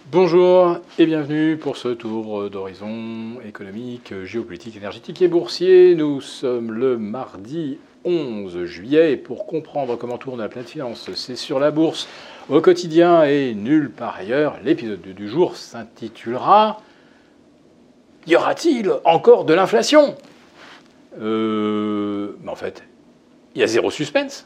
Bonjour et bienvenue pour ce tour d'horizon économique, géopolitique, énergétique et boursier. Nous sommes le mardi 11 juillet et pour comprendre comment tourne la planète finance, c'est sur la bourse au quotidien et nulle part ailleurs. L'épisode du jour s'intitulera « Y aura-t-il encore de l'inflation ?» Mais en fait, il y a zéro suspense.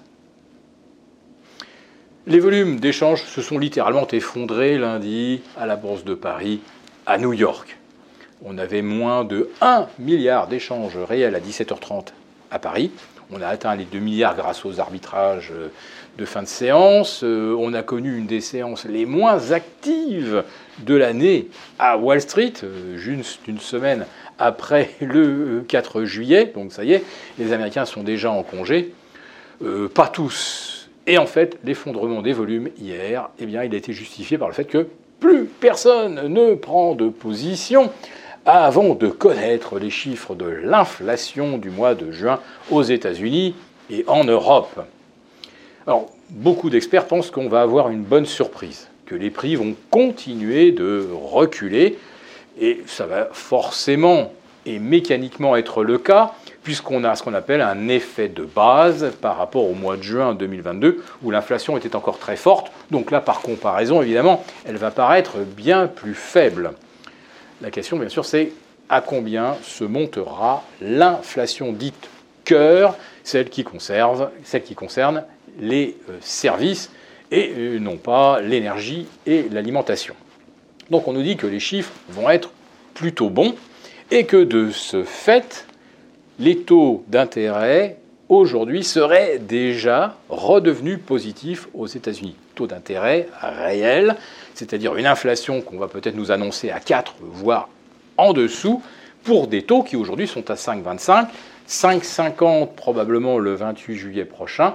Les volumes d'échanges se sont littéralement effondrés lundi à la Bourse de Paris, à New York. On avait moins de 1 milliard d'échanges réels à 17h30 à Paris. On a atteint les 2 milliards grâce aux arbitrages de fin de séance. On a connu une des séances les moins actives de l'année à Wall Street, juste une semaine après le 4 juillet. Donc ça y est, les Américains sont déjà en congé. Pas tous. Et en fait, l'effondrement des volumes hier, il a été justifié par le fait que plus personne ne prend de position avant de connaître les chiffres de l'inflation du mois de juin aux États-Unis et en Europe. Alors, beaucoup d'experts pensent qu'on va avoir une bonne surprise, que les prix vont continuer de reculer, et ça va forcément et mécaniquement être le cas, puisqu'on a ce qu'on appelle un effet de base par rapport au mois de juin 2022, où l'inflation était encore très forte. Donc là, par comparaison, évidemment, elle va paraître bien plus faible. La question, bien sûr, c'est à combien se montera l'inflation dite cœur, celle qui concerne les services et non pas l'énergie et l'alimentation. Donc on nous dit que les chiffres vont être plutôt bons et que de ce fait, les taux d'intérêt, aujourd'hui, seraient déjà redevenus positifs aux États-Unis. Taux d'intérêt réel, c'est-à-dire une inflation qu'on va peut-être nous annoncer à 4, voire en dessous, pour des taux qui aujourd'hui sont à 5,25, 5,50 probablement le 28 juillet prochain,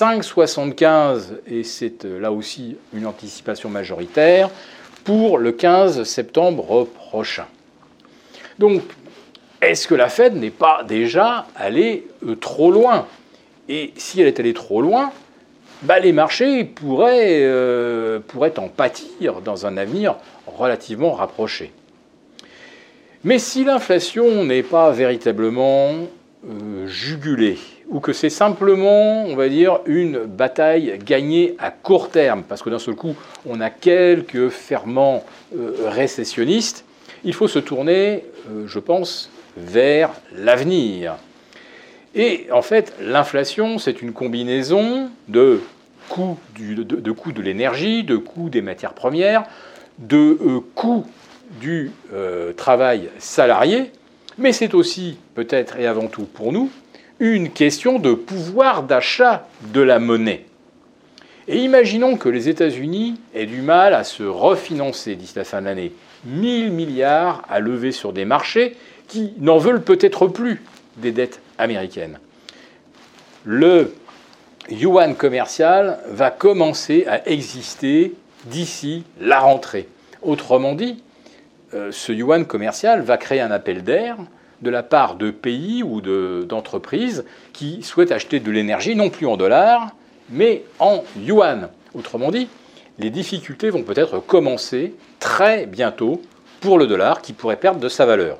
5,75, et c'est là aussi une anticipation majoritaire, pour le 15 septembre prochain. Donc, est-ce que la Fed n'est pas déjà allée trop loin ? Et si elle est allée trop loin, les marchés pourraient en pâtir dans un avenir relativement rapproché. Mais si l'inflation n'est pas véritablement jugulée, ou que c'est simplement, on va dire, une bataille gagnée à court terme, parce que d'un seul coup, on a quelques ferments récessionnistes, il faut se tourner, je pense, vers l'avenir. Et en fait, l'inflation, c'est une combinaison de coûts de l'énergie, de coûts des matières premières, de coûts du travail salarié, mais c'est aussi, peut-être et avant tout pour nous, une question de pouvoir d'achat de la monnaie. Et imaginons que les États-Unis aient du mal à se refinancer d'ici la fin de l'année. 1000 milliards à lever sur des marchés qui n'en veulent peut-être plus des dettes américaines. Le yuan commercial va commencer à exister d'ici la rentrée. Autrement dit, ce yuan commercial va créer un appel d'air de la part de pays ou d'entreprises qui souhaitent acheter de l'énergie non plus en dollars, mais en yuan. Autrement dit, les difficultés vont peut-être commencer très bientôt pour le dollar qui pourrait perdre de sa valeur.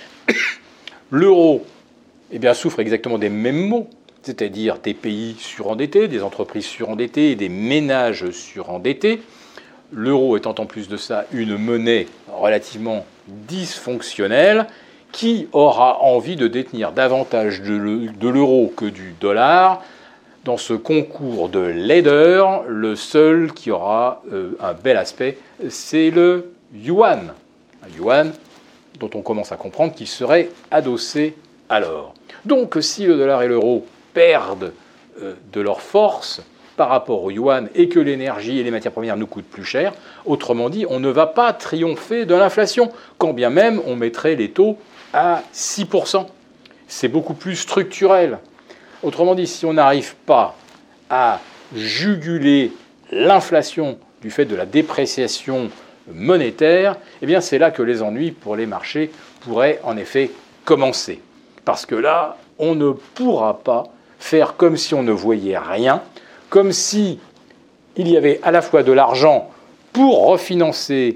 L'euro souffre exactement des mêmes maux, c'est-à-dire des pays surendettés, des entreprises surendettées et des ménages surendettés. L'euro étant en plus de ça une monnaie relativement dysfonctionnelle, qui aura envie de détenir davantage de l'euro que du dollar. Dans ce concours de laideur, le seul qui aura un bel aspect, c'est le yuan. Un yuan dont on commence à comprendre qu'il serait adossé à l'or. Donc si le dollar et l'euro perdent de leur force par rapport au yuan et que l'énergie et les matières premières nous coûtent plus cher, autrement dit, on ne va pas triompher de l'inflation, quand bien même on mettrait les taux à 6%. C'est beaucoup plus structurel. Autrement dit, si on n'arrive pas à juguler l'inflation du fait de la dépréciation monétaire, c'est là que les ennuis pour les marchés pourraient en effet commencer. Parce que là, on ne pourra pas faire comme si on ne voyait rien, comme si il y avait à la fois de l'argent pour refinancer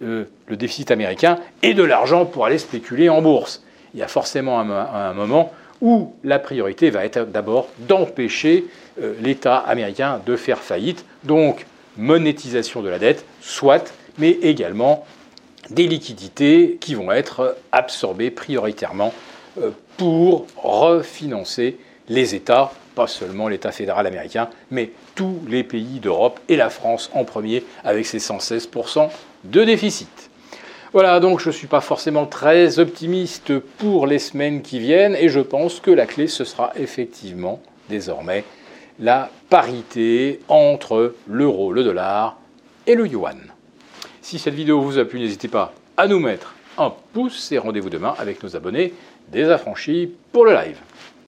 le déficit américain et de l'argent pour aller spéculer en bourse. Il y a forcément un moment où la priorité va être d'abord d'empêcher l'État américain de faire faillite. Donc, monétisation de la dette, soit, mais également des liquidités qui vont être absorbées prioritairement pour refinancer les États, pas seulement l'État fédéral américain, mais tous les pays d'Europe et la France en premier avec ses 116% de déficit. Voilà, donc je ne suis pas forcément très optimiste pour les semaines qui viennent et je pense que la clé, ce sera effectivement désormais la parité entre l'euro, le dollar et le yuan. Si cette vidéo vous a plu, n'hésitez pas à nous mettre un pouce et rendez-vous demain avec nos abonnés des affranchis pour le live.